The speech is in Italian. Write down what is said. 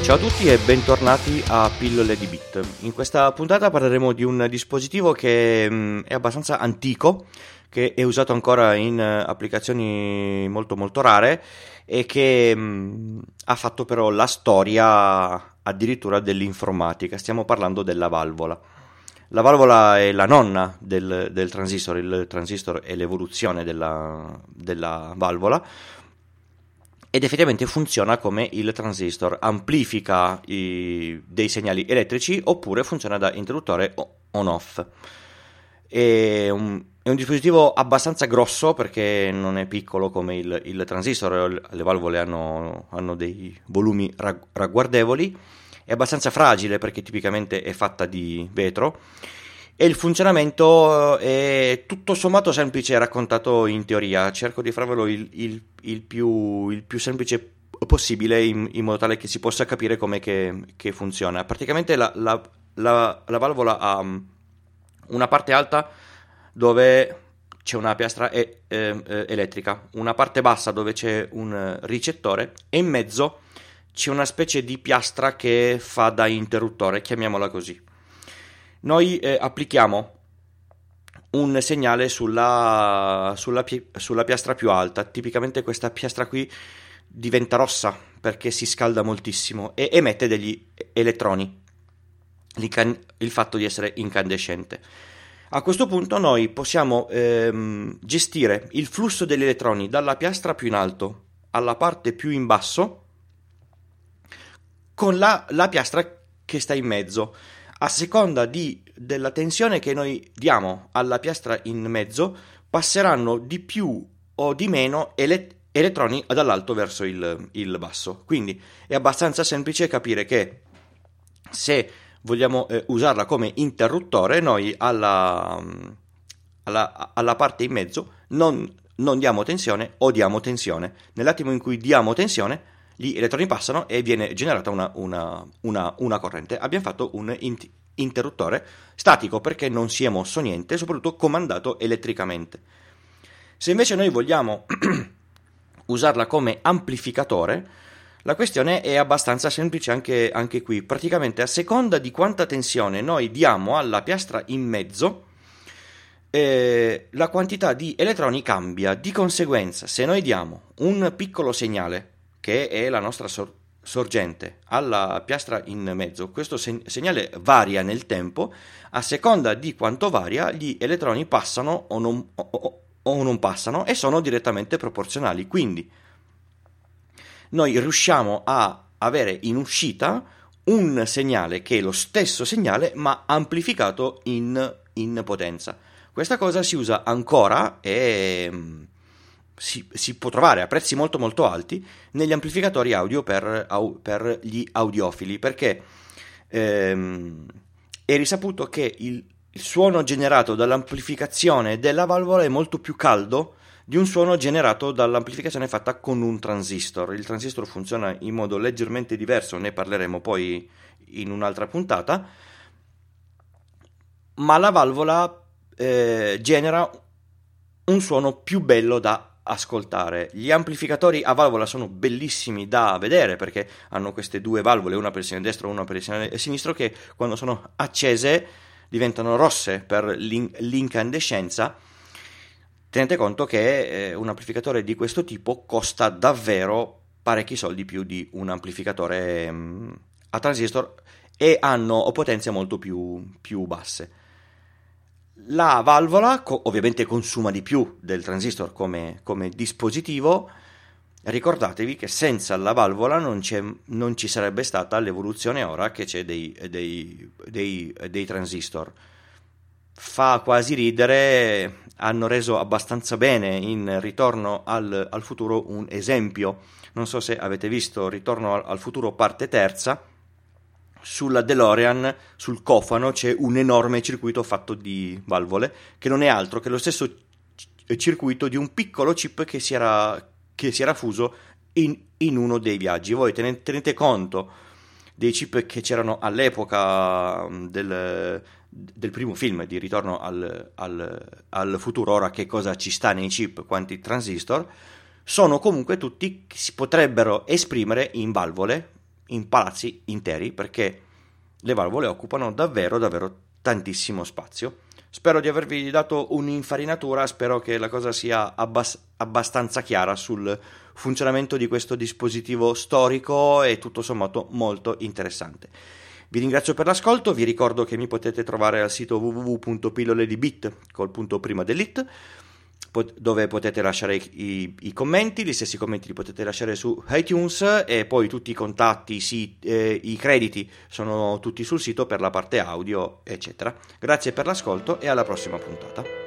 Ciao a tutti e bentornati a Pillole di Bit. In questa puntata parleremo di un dispositivo che è abbastanza antico, che è usato ancora in applicazioni molto molto rare e che ha fatto però la storia addirittura dell'informatica. Stiamo parlando della valvola. La valvola è la nonna del transistor, il transistor è l'evoluzione della valvola. Ed effettivamente funziona come il transistor, amplifica dei segnali elettrici oppure funziona da interruttore on-off. È un dispositivo abbastanza grosso perché non è piccolo come il transistor, le valvole hanno dei volumi ragguardevoli, è abbastanza fragile perché tipicamente è fatta di vetro. E il funzionamento è tutto sommato semplice raccontato in teoria. Cerco di farvelo il più semplice possibile in modo tale che si possa capire com'è che funziona. Praticamente la valvola ha una parte alta dove c'è una piastra elettrica, una parte bassa dove c'è un ricettore e in mezzo c'è una specie di piastra che fa da interruttore, chiamiamola così. Noi applichiamo un segnale sulla piastra più alta. Tipicamente questa piastra qui diventa rossa perché si scalda moltissimo e emette degli elettroni, il fatto di essere incandescente. A questo punto noi possiamo gestire il flusso degli elettroni dalla piastra più in alto alla parte più in basso con la piastra che sta in mezzo. A seconda della tensione che noi diamo alla piastra in mezzo, passeranno di più o di meno elettroni dall'alto verso il basso. Quindi è abbastanza semplice capire che se vogliamo usarla come interruttore, noi alla parte in mezzo non diamo tensione o diamo tensione. Nell'attimo in cui diamo tensione, gli elettroni passano e viene generata una corrente. Abbiamo fatto un interruttore statico perché non si è mosso niente, soprattutto comandato elettricamente. Se invece noi vogliamo usarla come amplificatore, la questione è abbastanza semplice anche qui. Praticamente a seconda di quanta tensione noi diamo alla piastra in mezzo, la quantità di elettroni cambia. Di conseguenza, se noi diamo un piccolo segnale che è la nostra sorgente alla piastra in mezzo, questo segnale varia nel tempo. A seconda di quanto varia, gli elettroni passano o non passano e sono direttamente proporzionali. Quindi noi riusciamo a avere in uscita un segnale che è lo stesso segnale ma amplificato in potenza. Questa cosa si usa ancora e si può trovare a prezzi molto molto alti negli amplificatori audio per gli audiofili, perché è risaputo che il suono generato dall'amplificazione della valvola è molto più caldo di un suono generato dall'amplificazione fatta con un transistor. Il transistor funziona in modo leggermente diverso, ne parleremo poi in un'altra puntata, ma la valvola genera un suono più bello da ascoltare. Gli amplificatori a valvola sono bellissimi da vedere perché hanno queste due valvole, una per il segnale destro e una per il segnale sinistro, che quando sono accese diventano rosse per l'incandescenza. Tenete conto che un amplificatore di questo tipo costa davvero parecchi soldi più di un amplificatore a transistor e hanno potenze molto più basse. La valvola ovviamente consuma di più del transistor come dispositivo. Ricordatevi che senza la valvola non ci sarebbe stata l'evoluzione ora che c'è dei transistor. Fa quasi ridere, hanno reso abbastanza bene in Ritorno al futuro un esempio. Non so se avete visto Ritorno al futuro parte terza. Sulla DeLorean, sul cofano, c'è un enorme circuito fatto di valvole, che non è altro che lo stesso circuito di un piccolo chip che si era fuso in uno dei viaggi. Voi tenete conto dei chip che c'erano all'epoca del primo film di Ritorno al futuro. Ora che cosa ci sta nei chip, quanti transistor, sono comunque tutti che si potrebbero esprimere in valvole, in palazzi interi, perché le valvole occupano davvero davvero tantissimo spazio. Spero di avervi dato un'infarinatura, spero che la cosa sia abbastanza chiara sul funzionamento di questo dispositivo storico e tutto sommato molto interessante. Vi ringrazio per l'ascolto, vi ricordo che mi potete trovare al sito www.pilloledibit col punto prima dell'it, dove potete lasciare i commenti, gli stessi commenti li potete lasciare su iTunes, e poi tutti i contatti, i crediti sono tutti sul sito per la parte audio, eccetera. Grazie per l'ascolto e alla prossima puntata.